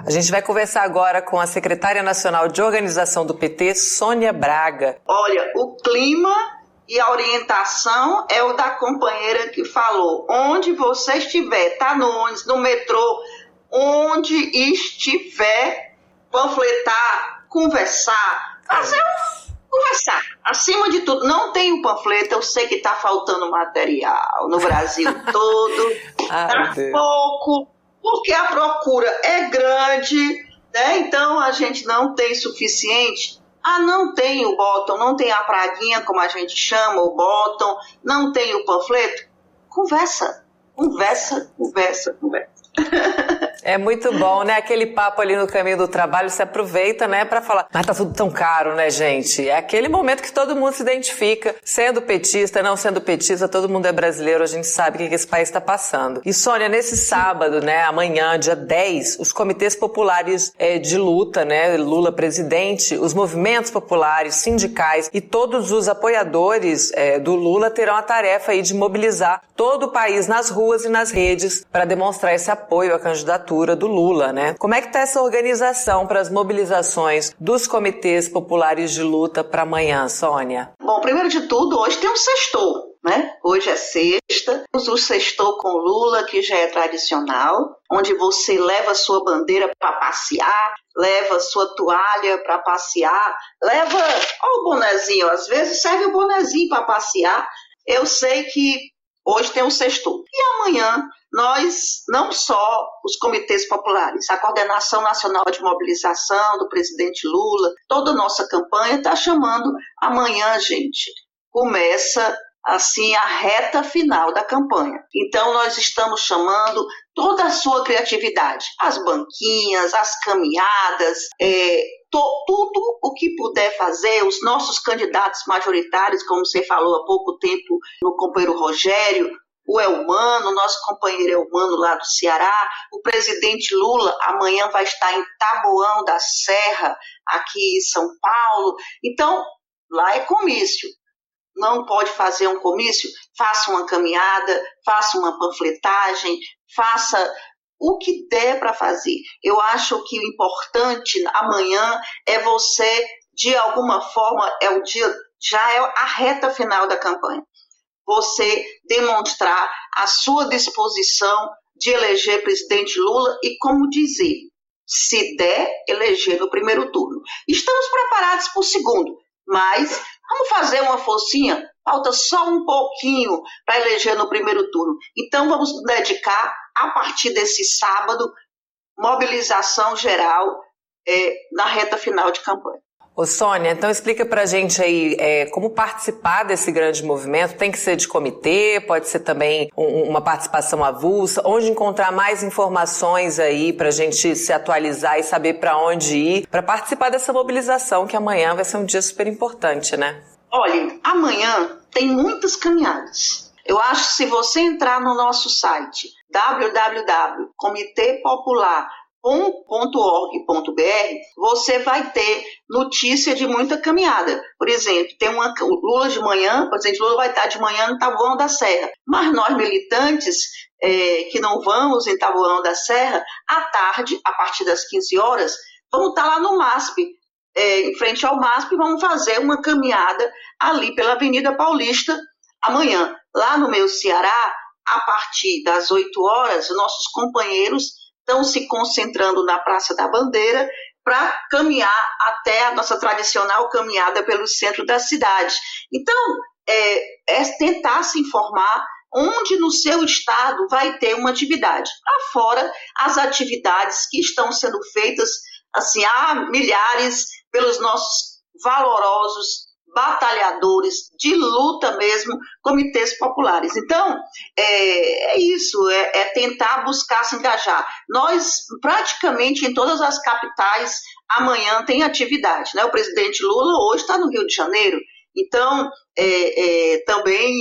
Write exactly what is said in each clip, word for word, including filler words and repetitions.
A gente vai conversar agora com a secretária nacional de organização do P T, Sônia Braga. Olha, o clima e a orientação é o da companheira que falou. Onde você estiver, tá no ônibus, no metrô, onde estiver, panfletar, conversar, fazer um... Conversar. Acima de tudo, não tem o panfleto, eu sei que está faltando material no Brasil todo, está pouco, porque a procura é grande, né? Então a gente não tem suficiente. Ah, não tem o bottom, não tem a praguinha, como a gente chama, o bottom, não tem o panfleto. Conversa, conversa, conversa, conversa. É muito bom, né? Aquele papo ali no caminho do trabalho, você aproveita, né, pra falar, mas tá tudo tão caro, né, gente? É aquele momento que todo mundo se identifica, sendo petista, não sendo petista, todo mundo é brasileiro, a gente sabe o que esse país está passando. E, Sônia, nesse sábado, né, amanhã, dia dez, os comitês populares é, de luta, né, Lula presidente, os movimentos populares, sindicais e todos os apoiadores é, do Lula terão a tarefa aí de mobilizar todo o país nas ruas e nas redes para demonstrar esse apoio à candidatura do Lula, né? Como é que está essa organização para as mobilizações dos comitês populares de luta para amanhã, Sônia? Bom, primeiro de tudo, hoje tem um sextou, né? Hoje é sexta, o sextou com Lula, que já é tradicional, onde você leva sua bandeira para passear, leva sua toalha para passear, leva ó, o bonezinho, às vezes serve o bonezinho para passear. Eu sei que hoje tem um sextou. E amanhã nós, não só os comitês populares, a Coordenação Nacional de Mobilização do presidente Lula, toda a nossa campanha está chamando amanhã, gente, começa assim a reta final da campanha. Então nós estamos chamando toda a sua criatividade, as banquinhas, as caminhadas, é, to, tudo o que puder fazer, os nossos candidatos majoritários, como você falou há pouco tempo no companheiro Rogério, o Elmano, nosso companheiro Elmano lá do Ceará, o presidente Lula amanhã vai estar em Taboão da Serra, aqui em São Paulo. Então, lá é comício. Não pode fazer um comício? Faça uma caminhada, faça uma panfletagem, faça o que der para fazer. Eu acho que o importante amanhã é você, de alguma forma, é o dia, já é a reta final da campanha. Você demonstrar a sua disposição de eleger presidente Lula e, como dizer, se der, eleger no primeiro turno. Estamos preparados para o segundo, mas vamos fazer uma forcinha, falta só um pouquinho para eleger no primeiro turno. Então vamos nos dedicar, a partir desse sábado, mobilização geral é, na reta final de campanha. Ô Sônia, então explica pra gente aí é, como participar desse grande movimento. Tem que ser de comitê, pode ser também um, uma participação avulsa, onde encontrar mais informações aí pra gente se atualizar e saber pra onde ir, pra participar dessa mobilização, que amanhã vai ser um dia super importante, né? Olha, amanhã tem muitas caminhadas. Eu acho que se você entrar no nosso site w w w ponto comitê popular ponto org ponto b r, você vai ter notícia de muita caminhada. Por exemplo, tem uma Lula de manhã, o presidente Lula vai estar de manhã no Taboão da Serra, mas nós militantes é, que não vamos em Taboão da Serra, à tarde, a partir das quinze horas, vamos estar lá no MASP, é, em frente ao MASP, vamos fazer uma caminhada ali pela Avenida Paulista amanhã. Lá no meu Ceará, a partir das oito horas, nossos companheiros estão se concentrando na Praça da Bandeira para caminhar até a nossa tradicional caminhada pelo centro da cidade. Então, é, é tentar se informar onde no seu estado vai ter uma atividade. Afora as atividades que estão sendo feitas assim, há milhares pelos nossos valorosos batalhadores de luta mesmo, comitês populares. Então, é, é isso, é, é tentar buscar se engajar. Nós, praticamente em todas as capitais, amanhã tem atividade, né? O presidente Lula hoje está no Rio de Janeiro, então, é, é, também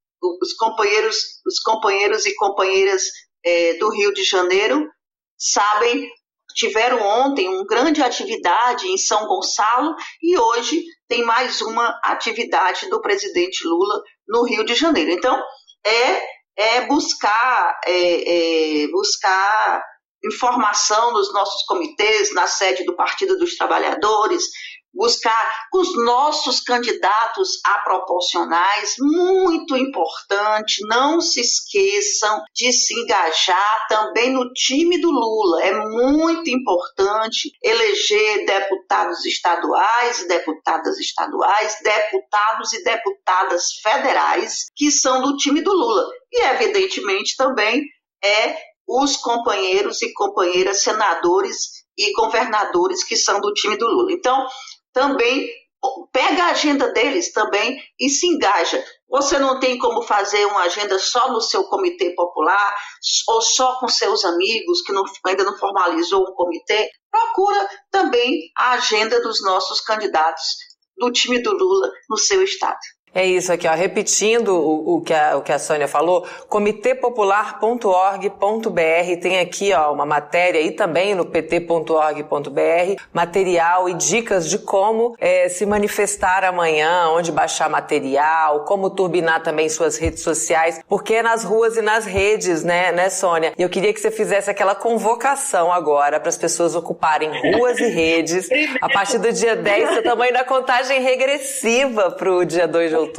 os companheiros, os companheiros e companheiras é, do Rio de Janeiro sabem. Tiveram ontem uma grande atividade em São Gonçalo e hoje tem mais uma atividade do presidente Lula no Rio de Janeiro. Então, é, é buscar, é, é buscar informação nos nossos comitês, na sede do Partido dos Trabalhadores, buscar os nossos candidatos a proporcionais, muito importante, não se esqueçam de se engajar também no time do Lula, é muito importante eleger deputados estaduais e deputadas estaduais, deputados e deputadas federais que são do time do Lula, e evidentemente também é os companheiros e companheiras senadores e governadores que são do time do Lula. Então, também pega a agenda deles também e se engaja. Você não tem como fazer uma agenda só no seu comitê popular ou só com seus amigos que não, ainda não formalizou um comitê. Procura também a agenda dos nossos candidatos do time do Lula no seu estado. É isso aqui, ó, repetindo o, o, que a, o que a Sônia falou, comitê popular ponto org ponto br, tem aqui ó, uma matéria aí também no pt ponto org ponto br, material e dicas de como é, se manifestar amanhã, onde baixar material, como turbinar também suas redes sociais, porque é nas ruas e nas redes, né, né, Sônia? E eu queria que você fizesse aquela convocação agora para as pessoas ocuparem ruas e redes. A partir do dia dez, você também na contagem regressiva para o dia dois de outubro.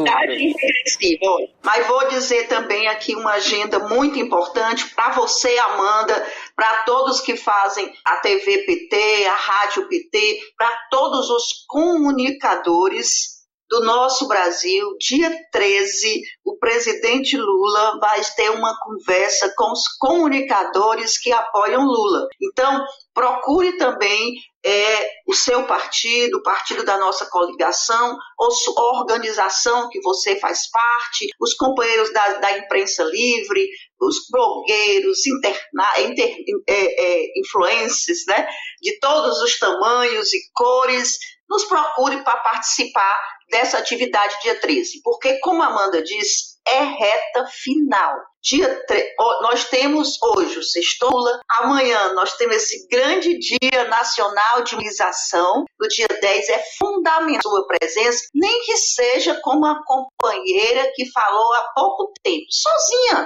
Mas vou dizer também aqui uma agenda muito importante para você, Amanda, para todos que fazem a T V P T, a Rádio P T, para todos os comunicadores do nosso Brasil. Dia treze, o presidente Lula vai ter uma conversa com os comunicadores que apoiam Lula. Então, procure também é, o seu partido, o partido da nossa coligação, ou a organização que você faz parte, os companheiros da, da imprensa livre, os blogueiros, interna, inter, é, é, influencers, né, de todos os tamanhos e cores, nos procure para participar dessa atividade dia treze, porque, como a Amanda disse, é reta final. Dia tre... Nós temos hoje o Sextou Lula, amanhã nós temos esse grande dia nacional de imunização, no dia dez é fundamental a sua presença, nem que seja como a companheira que falou há pouco tempo, sozinha,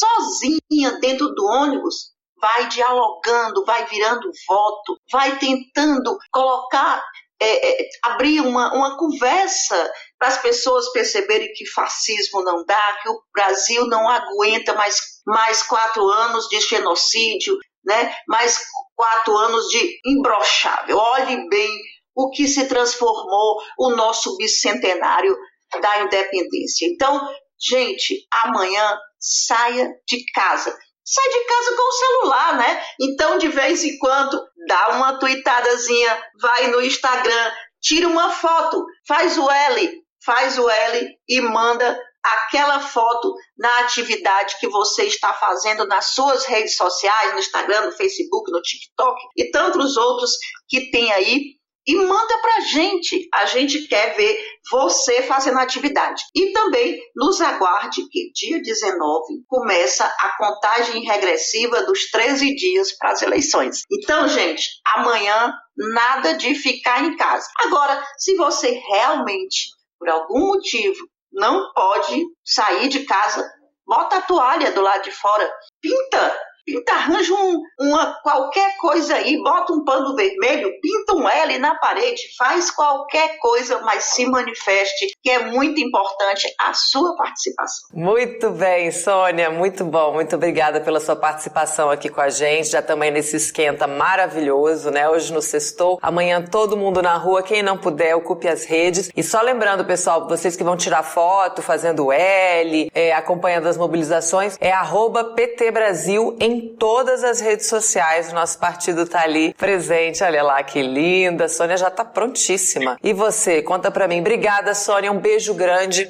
sozinha dentro do ônibus, vai dialogando, vai virando voto, vai tentando colocar, é, é, abrir uma, uma conversa para as pessoas perceberem que fascismo não dá, que o Brasil não aguenta mais, mais quatro anos de genocídio, né? Mais quatro anos de imbrochável. Olhe bem o que se transformou o nosso bicentenário da independência. Então, gente, amanhã saia de casa. Sai de casa com o celular, né? Então, de vez em quando, dá uma tuitadazinha, vai no Instagram, tira uma foto, faz o L, faz o L e manda aquela foto na atividade que você está fazendo nas suas redes sociais, no Instagram, no Facebook, no TikTok e tantos outros que tem aí, e manda pra gente. A gente quer ver você fazendo atividade. E também nos aguarde que dia dezenove começa a contagem regressiva dos treze dias para as eleições. Então, gente, amanhã nada de ficar em casa. Agora, se você realmente, por algum motivo, não pode sair de casa, bota a toalha do lado de fora, pinta, pinta, arranja um, uma, qualquer coisa aí, bota um pano vermelho, pinta um L na parede, faz qualquer coisa, mas se manifeste, que é muito importante a sua participação. Muito bem, Sônia, muito bom, muito obrigada pela sua participação aqui com a gente, já também nesse esquenta maravilhoso, né, hoje no Sextou, amanhã todo mundo na rua, quem não puder, ocupe as redes, e só lembrando, pessoal, vocês que vão tirar foto, fazendo L, é, acompanhando as mobilizações, é arroba P T Brasil em em todas as redes sociais, o nosso partido tá ali presente, olha lá que linda, a Sônia já tá prontíssima. E você, conta pra mim. Obrigada, Sônia, um beijo grande,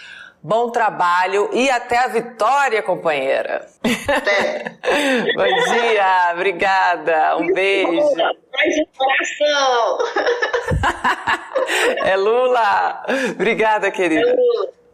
bom trabalho e até a vitória, companheira. Até. Bom dia, obrigada, um beijo. Mais um coração. É Lula. Obrigada, querida. É Lula.